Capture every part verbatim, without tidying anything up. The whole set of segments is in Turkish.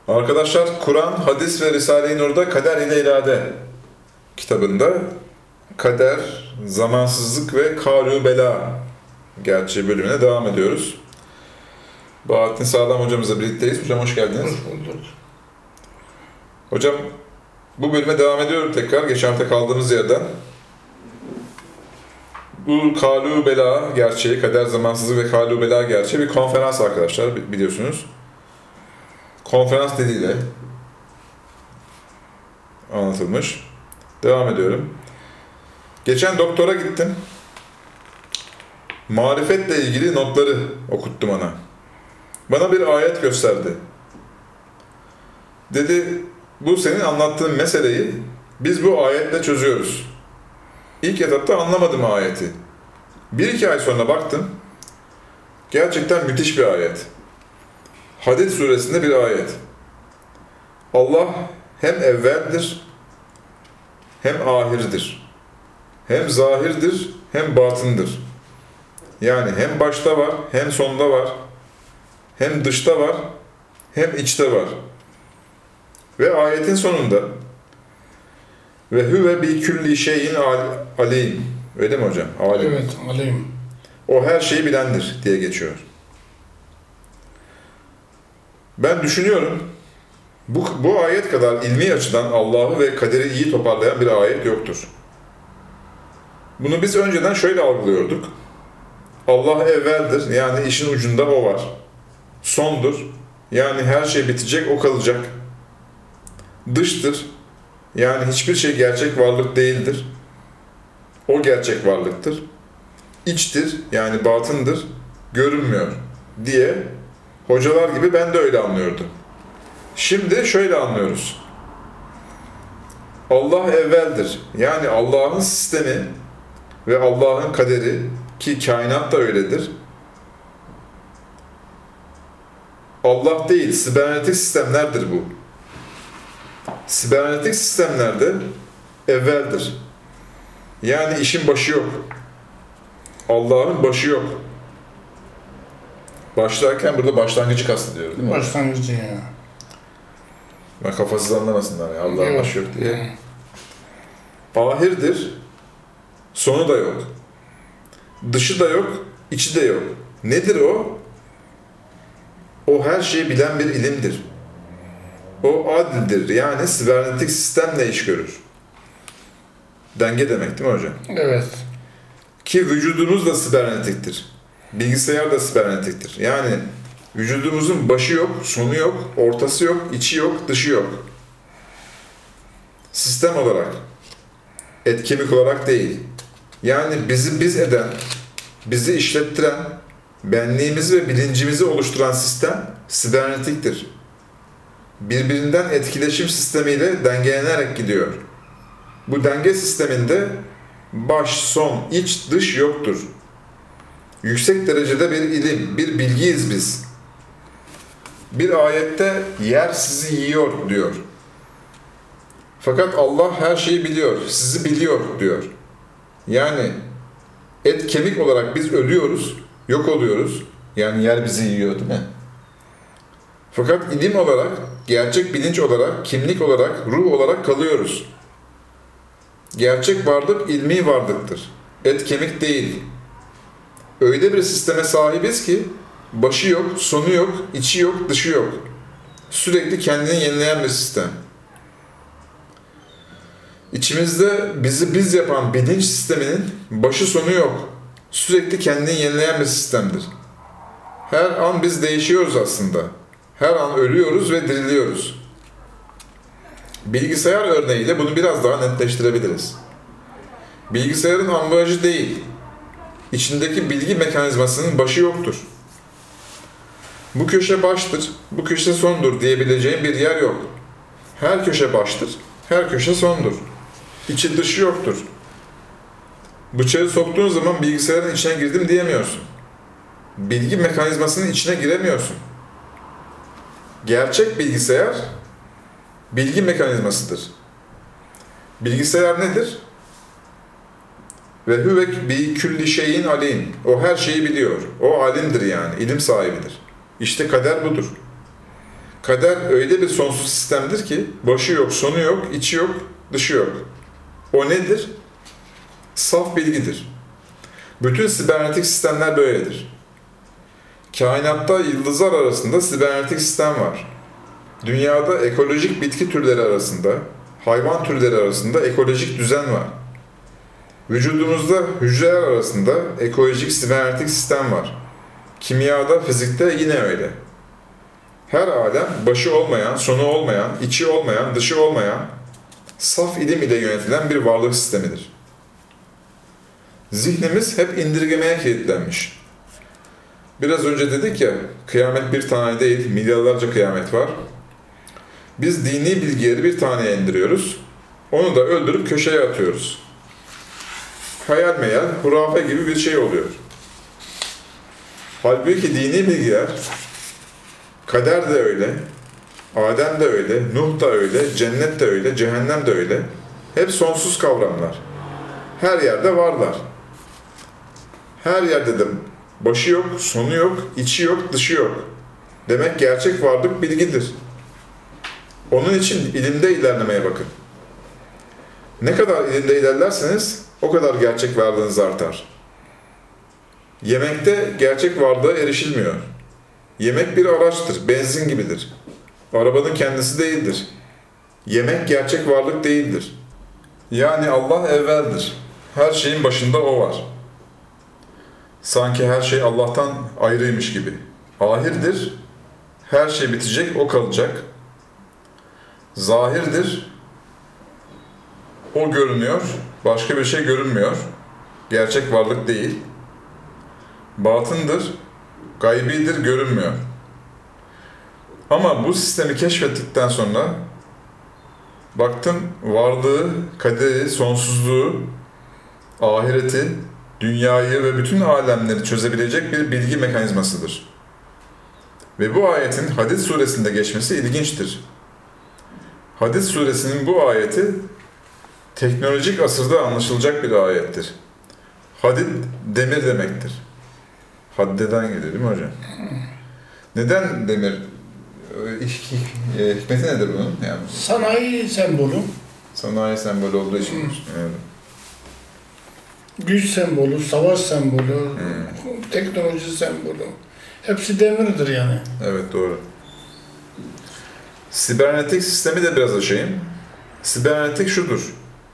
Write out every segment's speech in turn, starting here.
Arkadaşlar, Kur'an, Hadis ve Risale-i Nur'da Kader ile İrade kitabında kader, zamansızlık ve kâlû belâ gerçeği bölümüne devam ediyoruz. Bahattin Sağlam hocamızla birlikteyiz. Hocam hoş geldiniz. Hoş bulduk. Hocam, bu bölüme devam ediyorum tekrar. Geçen hafta kaldığımız yerden. Bu kâlû belâ gerçeği, kader, zamansızlık ve kâlû belâ gerçeği bir konferans arkadaşlar, biliyorsunuz. Konferans diliyle anlatılmış. Devam ediyorum. Geçen doktora gittim. Marifetle ilgili notları okuttum ona. Bana bir ayet gösterdi. Dedi, bu senin anlattığın meseleyi biz bu ayetle çözüyoruz. İlk etapta anlamadım ayeti. Bir iki ay sonra baktım. Gerçekten müthiş bir ayet. Hadid suresinde bir ayet. Allah hem evveldir, hem ahirdir. Hem zahirdir, hem batındır. Yani hem başta var, hem sonda var. Hem dışta var, hem içte var. Ve ayetin sonunda ve huve bi külli şeyin alim. Öyle mi hocam? Alim. Evet, alim. O her şeyi bilendir diye geçiyor. Ben düşünüyorum, bu, bu ayet kadar ilmi açıdan Allah'ı ve kaderi iyi toparlayan bir ayet yoktur. Bunu biz önceden şöyle algılıyorduk. Allah evveldir, yani işin ucunda o var. Sondur, yani her şey bitecek, o kalacak. Dıştır, yani hiçbir şey gerçek varlık değildir. O gerçek varlıktır. İçtir, yani batındır, görünmüyor diye hocalar gibi ben de öyle anlıyordum. Şimdi şöyle anlıyoruz. Allah evveldir, yani Allah'ın sistemi ve Allah'ın kaderi, ki kainat da öyledir. Allah değil, sibernetik sistemlerdir bu. Sibernetik sistemlerde evveldir. Yani işin başı yok. Allah'ın başı yok. Başlarken burada başlangıcı kastediyor değil mi? Başlangıcı ya. Ben kafasız anlamasınlar ya, Allah'ın Yok. başı yok diye. Ahirdir, sonu da yok. Dışı da yok, içi de yok. Nedir o? O her şeyi bilen bir ilimdir. O adildir, yani sibernetik sistemle iş görür. Denge demek değil mi hocam? Evet. Ki vücudumuz da sibernetiktir. Bilgisayar da sibernetiktir. Yani vücudumuzun başı yok, sonu yok, ortası yok, içi yok, dışı yok. Sistem olarak, et kemik olarak değil. Yani bizi biz eden, bizi işlettiren, benliğimizi ve bilincimizi oluşturan sistem sibernetiktir. Birbirinden etkileşim sistemiyle dengelenerek gidiyor. Bu denge sisteminde baş, son, iç, dış yoktur. Yüksek derecede bir ilim, bir bilgiyiz biz. Bir ayette yer sizi yiyor diyor. Fakat Allah her şeyi biliyor, sizi biliyor diyor. Yani et kemik olarak biz ölüyoruz, yok oluyoruz. Yani yer bizi yiyor değil mi? Fakat ilim olarak, gerçek bilinç olarak, kimlik olarak, ruh olarak kalıyoruz. Gerçek varlık ilmi varlıktır. Et kemik değil. Öyle bir sisteme sahibiz ki başı yok, sonu yok, içi yok, dışı yok. Sürekli kendini yenileyen bir sistem. İçimizde bizi biz yapan bilinç sisteminin başı sonu yok. Sürekli kendini yenileyen bir sistemdir. Her an biz değişiyoruz aslında. Her an ölüyoruz ve diriliyoruz. Bilgisayar örneğiyle bunu biraz daha netleştirebiliriz. Bilgisayarın ambalajı değil, içindeki bilgi mekanizmasının başı yoktur. Bu köşe baştır, bu köşe sondur diyebileceğim bir yer yok. Her köşe baştır, her köşe sondur. İçi dışı yoktur. Bıçağı soktuğun zaman bilgisayarın içine girdim diyemiyorsun. Bilgi mekanizmasının içine giremiyorsun. Gerçek bilgisayar, bilgi mekanizmasıdır. Bilgisayar nedir? Ve huve bi külli şeyin alim. O her şeyi biliyor. O alimdir yani, ilim sahibidir. İşte kader budur. Kader öyle bir sonsuz sistemdir ki başı yok, sonu yok, içi yok, dışı yok. O nedir? Saf bilgidir. Bütün sibernetik sistemler böyledir. Kainatta yıldızlar arasında sibernetik sistem var. Dünyada ekolojik bitki türleri arasında, hayvan türleri arasında ekolojik düzen var. Vücudumuzda hücreler arasında ekolojik sibernetik sistem var. Kimyada, fizikte yine öyle. Her alem başı olmayan, sonu olmayan, içi olmayan, dışı olmayan, saf ilim ile yönetilen bir varlık sistemidir. Zihnimiz hep indirgemeye kilitlenmiş. Biraz önce dedik ya, kıyamet bir tane değil, milyarlarca kıyamet var. Biz dini bilgileri bir taneye indiriyoruz, onu da öldürüp köşeye atıyoruz. Hayal meyal, hurafe gibi bir şey oluyor. Halbuki dini bilgiler, kader de öyle, Adem de öyle, Nuh da öyle, cennet de öyle, cehennem de öyle. Hep sonsuz kavramlar. Her yerde varlar. Her yerde de başı yok, sonu yok, içi yok, dışı yok. Demek gerçek varlık bilgidir. Onun için ilimde ilerlemeye bakın. Ne kadar ilimde ilerlerseniz o kadar gerçek varlığınız artar. Yemekte gerçek varlığa erişilmiyor. Yemek bir araçtır, benzin gibidir. Arabanın kendisi değildir. Yemek gerçek varlık değildir. Yani Allah evveldir. Her şeyin başında O var. Sanki her şey Allah'tan ayrıymış gibi. Ahirdir. Her şey bitecek, O kalacak. Zahirdir. O görünüyor, başka bir şey görünmüyor. Gerçek varlık değil. Batındır, gaybidir, görünmüyor. Ama bu sistemi keşfettikten sonra baktım varlığı, kaderi, sonsuzluğu, ahireti, dünyayı ve bütün alemleri çözebilecek bir bilgi mekanizmasıdır. Ve bu ayetin Hadid suresinde geçmesi ilginçtir. Hadid suresinin bu ayeti teknolojik asırda anlaşılacak bir ayettir. Hadid demir demektir. Haddeden geliyor değil mi hocam? Neden demir? Hikmeti nedir bunun? Yani sanayi sembolü. Sanayi sembolü olduğu için. Evet. Güç sembolü, savaş sembolü, hmm. teknoloji sembolü. Hepsi demirdir yani. Evet doğru. Sibernetik sistemi de biraz açayım. Sibernetik şudur.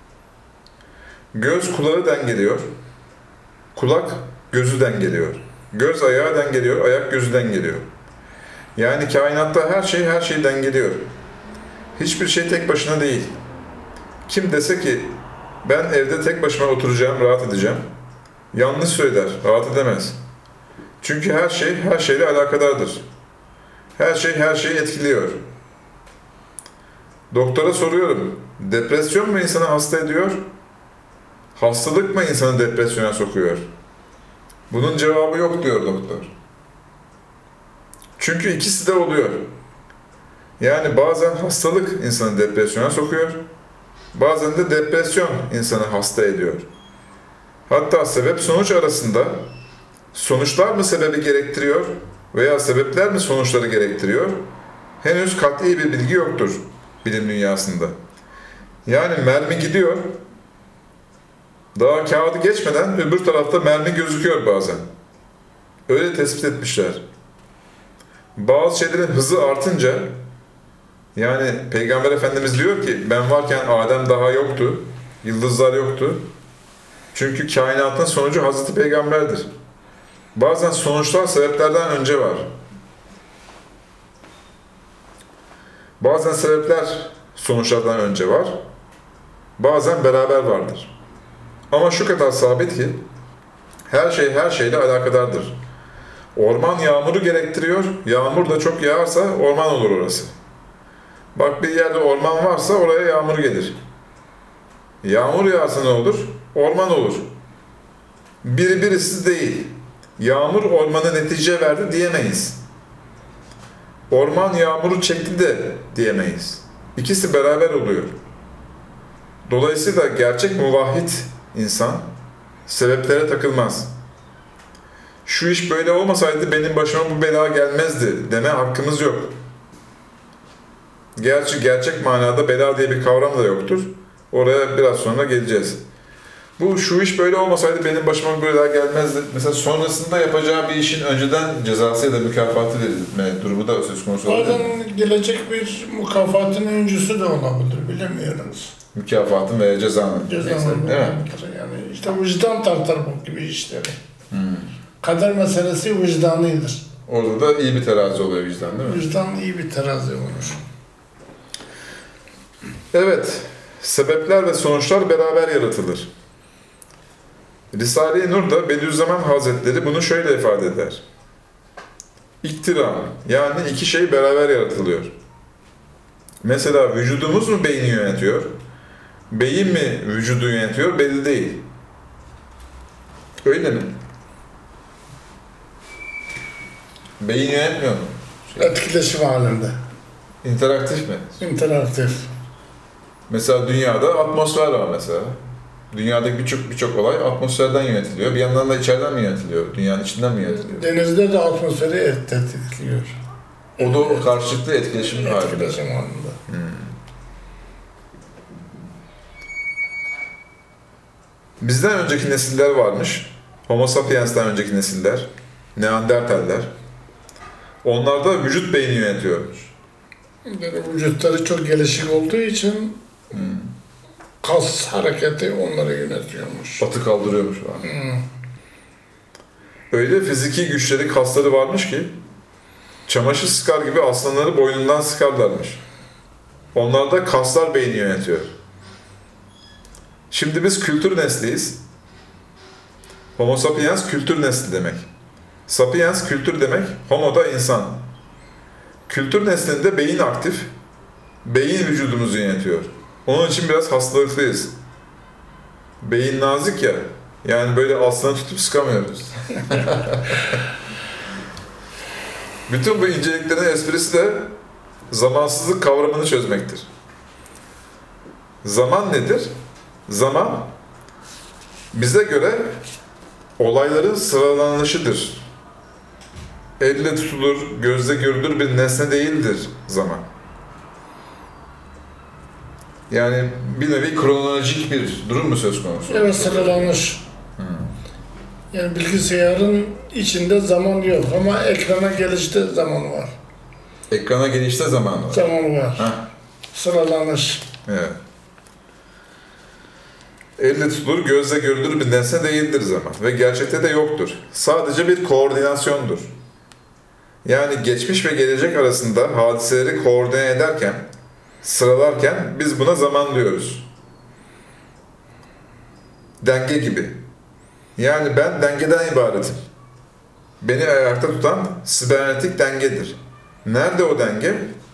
Göz kulağı dengeliyor. Kulak gözü dengeliyor. Göz ayağı dengeliyor, ayak gözü dengeliyor. Yani kainatta her şey her şeyi dengeliyor. Hiçbir şey tek başına değil. Kim dese ki ben evde tek başıma oturacağım, rahat edeceğim. Yanlış söyler, rahat edemez. Çünkü her şey her şeyle alakadardır. Her şey her şeyi etkiliyor. Doktora soruyorum, depresyon mu insanı hasta ediyor? Hastalık mı insanı depresyona sokuyor? Bunun cevabı yok diyor doktor. Çünkü ikisi de oluyor. Yani bazen hastalık insanı depresyona sokuyor, bazen de depresyon insanı hasta ediyor. Hatta sebep sonuç arasında sonuçlar mı sebebi gerektiriyor veya sebepler mi sonuçları gerektiriyor? Henüz kat'i bir bilgi yoktur bilim dünyasında. Yani mermi gidiyor, daha kağıdı geçmeden öbür tarafta mermi gözüküyor bazen. Öyle tespit etmişler. Bazı şeylerin hızı artınca, yani Peygamber Efendimiz diyor ki, ben varken Adem daha yoktu, yıldızlar yoktu. Çünkü kainatın sonucu Hazreti Peygamber'dir. Bazen sonuçlar sebeplerden önce var. Bazen sebepler sonuçlardan önce var. Bazen beraber vardır. Ama şu kadar sabit ki, her şey her şeyle alakadardır. Orman yağmuru gerektiriyor, yağmur da çok yağarsa orman olur orası. Bak bir yerde orman varsa oraya yağmur gelir. Yağmur yağarsa ne olur? Orman olur. Biri birisi değil. Yağmur ormana netice verdi diyemeyiz. Orman yağmuru çekti de diyemeyiz. İkisi beraber oluyor. Dolayısıyla gerçek muvahhid insan sebeplere takılmaz. Şu iş böyle olmasaydı benim başıma bu bela gelmezdi deme hakkımız yok. Gerçi gerçek manada bela diye bir kavram da yoktur. Oraya biraz sonra geleceğiz. Bu şu iş böyle olmasaydı benim başıma böyle daha gelmezdi. Mesela sonrasında yapacağı bir işin önceden cezası ya da mükafatı verilme durumu da söz konusu olabilir. Bazen gelecek bir mükafatın öncüsü de olabilir, bilemiyoruz. Mükafatın veya cezanın. Cezanın Değil mi? olabilir yani. İşte vicdan tartar bu gibi işleri. Hmm. Kader meselesi vicdanıdır. Orada da iyi bir terazi oluyor vicdan değil mi? Vicdan iyi bir terazi olur. Evet, sebepler ve sonuçlar beraber yaratılır. Risale-i Nur'da Bediüzzaman Hazretleri bunu şöyle ifade eder. İktiran, yani iki şey beraber yaratılıyor. Mesela vücudumuz mu beyni yönetiyor? Beyin mi vücudu yönetiyor? Belli değil. Öyle mi? Beyin yönetmiyor mu? Etkileşim halinde. İnteraktif mi? İnteraktif. Mesela dünyada atmosfer var mesela. Dünyadaki birçok birçok olay atmosferden yönetiliyor. Bir yandan da içeriden mi yönetiliyor? Dünyanın içinden mi yönetiliyor? Denizde de atmosferi et- tetikliyor. O da o karşılıklı etkileşim halinde. Etkileşim halinde. Hmm. Bizden önceki nesiller varmış. Homo sapiens'ten önceki nesiller. Neandertaller. Onlarda vücut beyni yönetiyormuş. Yani vücutları çok gelişik olduğu için Hmm. kas hareketi onları yönetiyormuş. Batı kaldırıyormuş falan. Hmm. Öyle fiziki güçleri, kasları varmış ki çamaşır sıkar gibi aslanları boynundan sıkarlarmış. Onlarda kaslar beyni yönetiyor. Şimdi biz kültür nesliyiz. Homo sapiens kültür nesli demek. Sapiens kültür demek, homo da insan. Kültür neslinde beyin aktif, beyin vücudumuzu yönetiyor. Onun için biraz hastalıklıyız. Beyin nazik ya, yani böyle aslanı tutup sıkamıyoruz. Bütün bu inceliklerin esprisi de zamansızlık kavramını çözmektir. Zaman nedir? Zaman, bize göre olayların sıralanışıdır. Elle tutulur, gözle görülür bir nesne değildir zaman. Yani bir nevi kronolojik bir durum mu söz konusu? Evet, sıralanmış. Hmm. Yani bilgisayarın içinde zaman yok ama ekrana gelişte zaman var. Ekrana gelişte zaman var. Zaman var. Heh. Sıralanmış. Evet. Elle tutulur, gözle görülür bir nesne değildir zaman ve gerçekte de yoktur. Sadece bir koordinasyondur. Yani geçmiş ve gelecek arasında hadiseleri koordine ederken, sıralarken biz buna zaman diyoruz. Denge gibi. Yani ben dengeden ibaretim. Beni ayakta tutan sibernetik dengedir. Nerede o denge?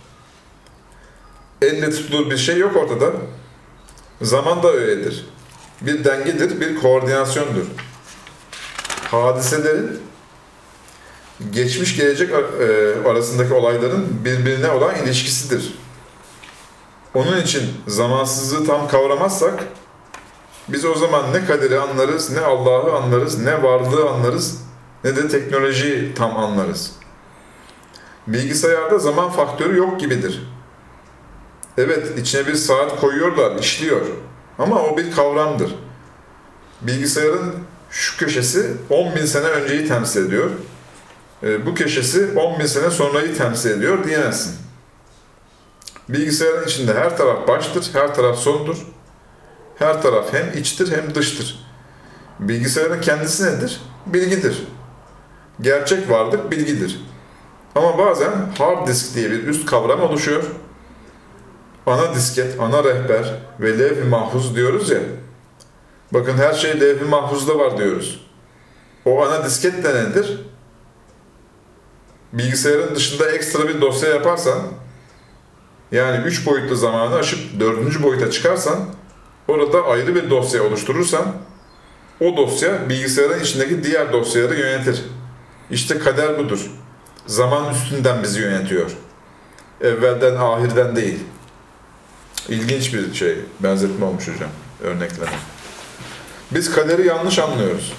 Elle tutulur bir şey yok ortada. Zaman da öyledir. Bir dengedir, bir koordinasyondur. Hadiselerin geçmiş gelecek arasındaki olayların birbirine olan ilişkisidir. Onun için zamansızlığı tam kavramazsak biz o zaman ne kaderi anlarız, ne Allah'ı anlarız, ne varlığı anlarız, ne de teknolojiyi tam anlarız. Bilgisayarda zaman faktörü yok gibidir. Evet, içine bir saat koyuyorlar, işliyor. Ama o bir kavramdır. Bilgisayarın şu köşesi on bin sene önceyi temsil ediyor. Bu köşesi on bin sene sonrayı temsil ediyor diyemezsin. Bilgisayarın içinde her taraf baştır, her taraf sondur. Her taraf hem içtir hem dıştır. Bilgisayarın kendisi nedir? Bilgidir. Gerçek varlık bilgidir. Ama bazen hard disk diye bir üst kavram oluşuyor. Ana disket, ana rehber ve levh-i mahfuz diyoruz ya. Bakın her şey levh-i mahfuzda var diyoruz. O ana disket de nedir? Bilgisayarın dışında ekstra bir dosya yaparsan, yani üç boyutlu zamanı aşıp dördüncü boyuta çıkarsan, orada ayrı bir dosya oluşturursan, o dosya bilgisayarın içindeki diğer dosyaları yönetir. İşte kader budur. Zaman üstünden bizi yönetiyor. Evvelden, ahirden değil. İlginç bir şey, benzetme olmuş hocam, örnekleme. Biz kaderi yanlış anlıyoruz.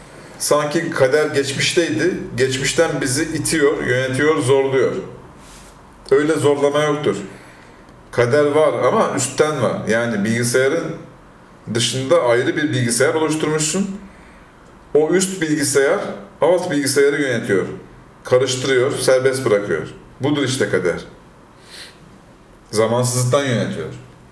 Sanki kader geçmişteydi, geçmişten bizi itiyor, yönetiyor, zorluyor. Öyle zorlama yoktur. Kader var ama üstten var. Yani bilgisayarın dışında ayrı bir bilgisayar oluşturmuşsun. O üst bilgisayar alt bilgisayarı yönetiyor. Karıştırıyor, serbest bırakıyor. Budur işte kader. Zamansızlıktan yönetiyor.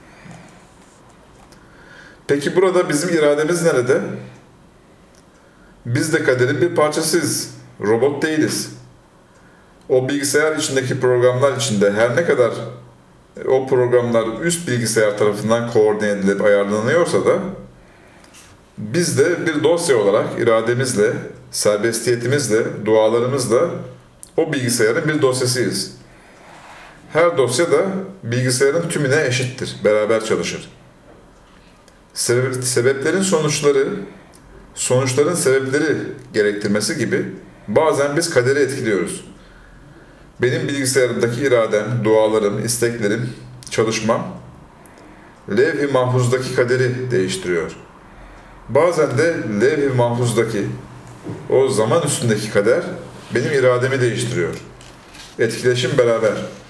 Peki burada bizim irademiz nerede? Biz de kaderin bir parçasıyız. Robot değiliz. O bilgisayar içindeki programlar içinde her ne kadar o programlar üst bilgisayar tarafından koordine edilip ayarlanıyorsa da biz de bir dosya olarak irademizle, serbestiyetimizle, dualarımızla o bilgisayarın bir dosyasıyız. Her dosya da bilgisayarın tümüne eşittir, beraber çalışır. Sebe- sebeplerin sonuçları, sonuçların sebepleri gerektirmesi gibi bazen biz kaderi etkiliyoruz. Benim bilgisayarımdaki iradem, dualarım, isteklerim, çalışmam, levh-i mahfuzdaki kaderi değiştiriyor. Bazen de levh-i mahfuzdaki, o zaman üstündeki kader benim irademi değiştiriyor. Etkileşim beraber.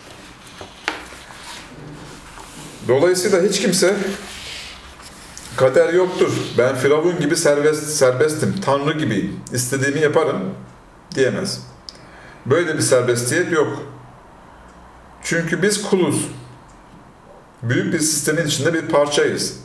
Dolayısıyla hiç kimse kader yoktur, ben Firavun gibi serbest, serbestim, Tanrı gibiyim, istediğimi yaparım diyemez. Böyle bir serbestiyet yok. Çünkü biz kuluz. Büyük bir sistemin içinde bir parçayız.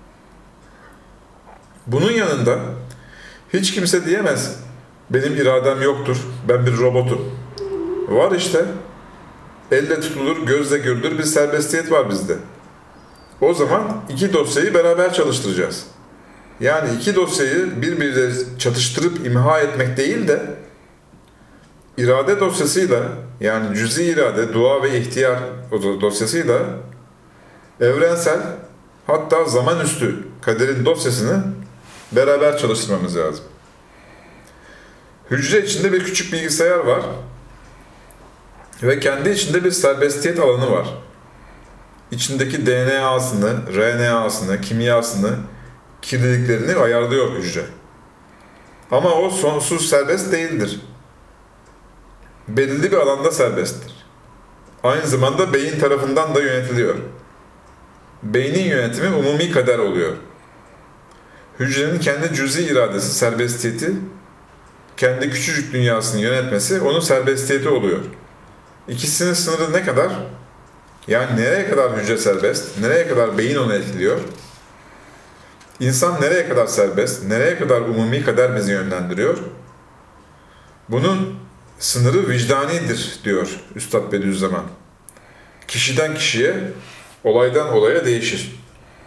Bunun yanında hiç kimse diyemez, benim iradem yoktur, ben bir robotum. Var işte, elle tutulur, gözle görülür bir serbestiyet var bizde. O zaman iki dosyayı beraber çalıştıracağız. Yani iki dosyayı birbiriyle çatıştırıp imha etmek değil de irade dosyasıyla, yani cüz-i irade, dua ve ihtiyar dosyasıyla evrensel, hatta zaman üstü kaderin dosyasını beraber çalıştırmamız lazım. Hücre içinde bir küçük bilgisayar var ve kendi içinde bir serbestiyet alanı var. İçindeki D N A'sını, R N A'sını, kimyasını, kirliliklerini ayarlıyor hücre. Ama o sonsuz serbest değildir. Belirli bir alanda serbesttir. Aynı zamanda beyin tarafından da yönetiliyor. Beynin yönetimi umumi kader oluyor. Hücrenin kendi cüz-i iradesi, serbestiyeti, kendi küçücük dünyasını yönetmesi onun serbestiyeti oluyor. İkisinin sınırı ne kadar? Yani nereye kadar hücre serbest, nereye kadar beyin onu etkiliyor? İnsan nereye kadar serbest, nereye kadar umumi kader bizi yönlendiriyor? Bunun sınırı vicdanidir diyor Üstad Bediüzzaman. Kişiden kişiye, olaydan olaya değişir.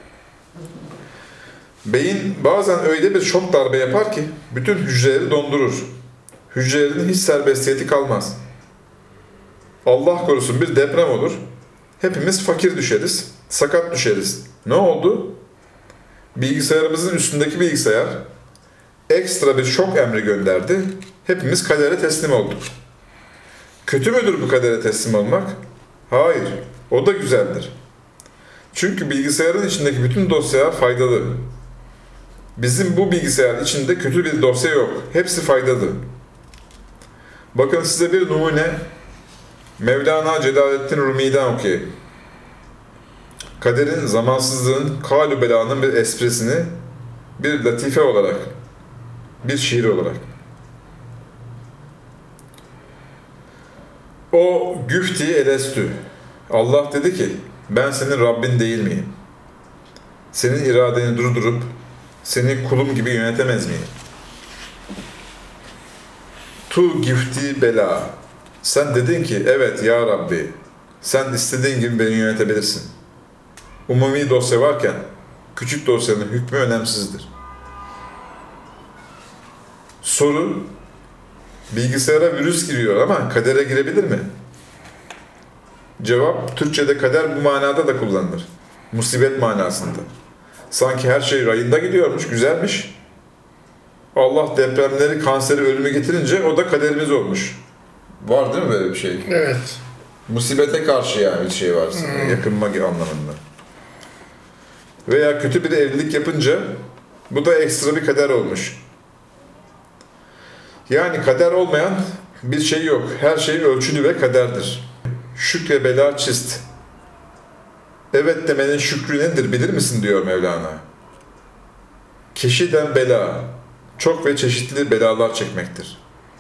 Beyin bazen öyle bir şok darbe yapar ki bütün hücreleri dondurur. Hücrelerin hiç serbestiyeti kalmaz. Allah korusun bir deprem olur. Hepimiz fakir düşeriz, sakat düşeriz. Ne oldu? Bilgisayarımızın üstündeki bilgisayar ekstra bir şok emri gönderdi. Hepimiz kadere teslim olduk. Kötü müdür bu kadere teslim olmak? Hayır, o da güzeldir. Çünkü bilgisayarın içindeki bütün dosyalar faydalı. Bizim bu bilgisayar içinde kötü bir dosya yok. Hepsi faydalı. Bakın size bir numune Mevlana Celaleddin Rumi'den okuyayım. Kaderin, zamansızlığın, kâl-ü belanın bir esprisini bir latife olarak, bir şiir olarak. O güfti elestü. Allah dedi ki, ben senin Rabbin değil miyim? Senin iradeni durdurup, seni kulum gibi yönetemez miyim? Tu güfti bela. Sen dedin ki, evet ya Rabbi, sen istediğin gibi beni yönetebilirsin. Umumi dosya varken, küçük dosyanın hükmü önemsizdir. Soru, bilgisayara virüs giriyor ama kadere girebilir mi? Cevap, Türkçe'de kader bu manada da kullanılır. Musibet manasında. Sanki her şey rayında gidiyormuş, güzelmiş. Allah depremleri, kanseri, ölümü getirince o da kaderimiz olmuş. Var değil mi böyle bir şey? Evet. Musibete karşı yani bir şey var, hmm. yakınma anlamında. Veya kötü bir evlilik yapınca bu da ekstra bir kader olmuş. Yani kader olmayan bir şey yok. Her şey ölçülü ve kaderdir. şükre bela çist. Evet demenin şükrü nedir bilir misin diyor Mevlana. Keşiden bela, çok ve çeşitli belalar çekmektir.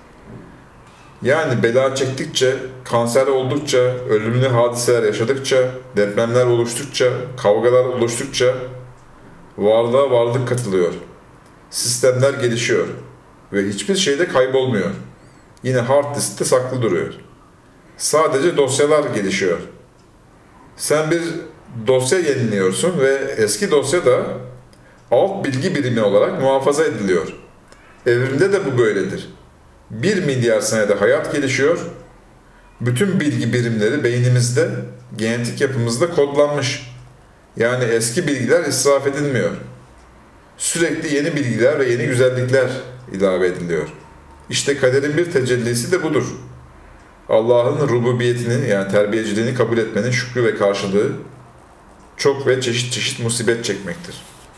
Yani bela çektikçe, kanser oldukça, ölümlü hadiseler yaşadıkça, depremler oluştukça, kavgalar oluştukça varlığa varlık katılıyor. Sistemler gelişiyor ve hiçbir şeyde kaybolmuyor. Yine hard diskte saklı duruyor. Sadece dosyalar gelişiyor. Sen bir dosya yeniliyorsun ve eski dosya da alt bilgi birimi olarak muhafaza ediliyor. Evrimde de bu böyledir. Bir milyar senede hayat gelişiyor. Bütün bilgi birimleri beynimizde, genetik yapımızda kodlanmış. Yani eski bilgiler israf edilmiyor. Sürekli yeni bilgiler ve yeni güzellikler ilave ediliyor. İşte kaderin bir tecellisi de budur. Allah'ın rububiyetini yani terbiyeciliğini kabul etmenin şükrü ve karşılığı çok ve çeşit çeşit musibet çekmektir.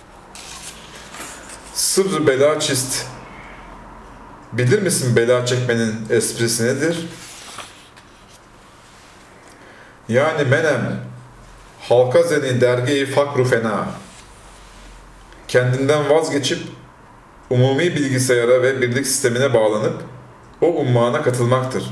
Sırrı bela çist. Bilir misin bela çekmenin esprisi nedir? Yani menem, halka zeni derge-i fakru fena. Kendinden vazgeçip, umumi bilgisayara ve birlik sistemine bağlanıp, o ummana katılmaktır.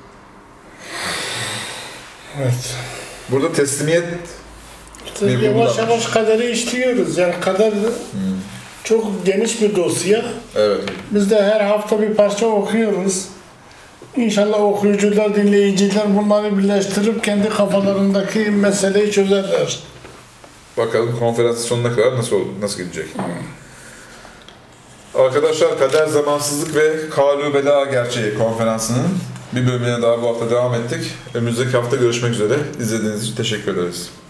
Evet. Burada teslimiyet İşte yavaş yavaş kaderi işliyoruz. Yani kader hmm. çok geniş bir dosya. Evet. Biz de her hafta bir parça okuyoruz. İnşallah okuyucular, dinleyiciler bunları birleştirip kendi kafalarındaki meseleyi çözerler. Bakalım konferansın sonuna kadar nasıl nasıl gidecek. Hmm. Arkadaşlar Kader Zamansızlık ve Kalu Bela Gerçeği konferansının bir bölümüne daha bu hafta devam ettik. Önümüzdeki hafta görüşmek üzere. İzlediğiniz için teşekkür ederiz.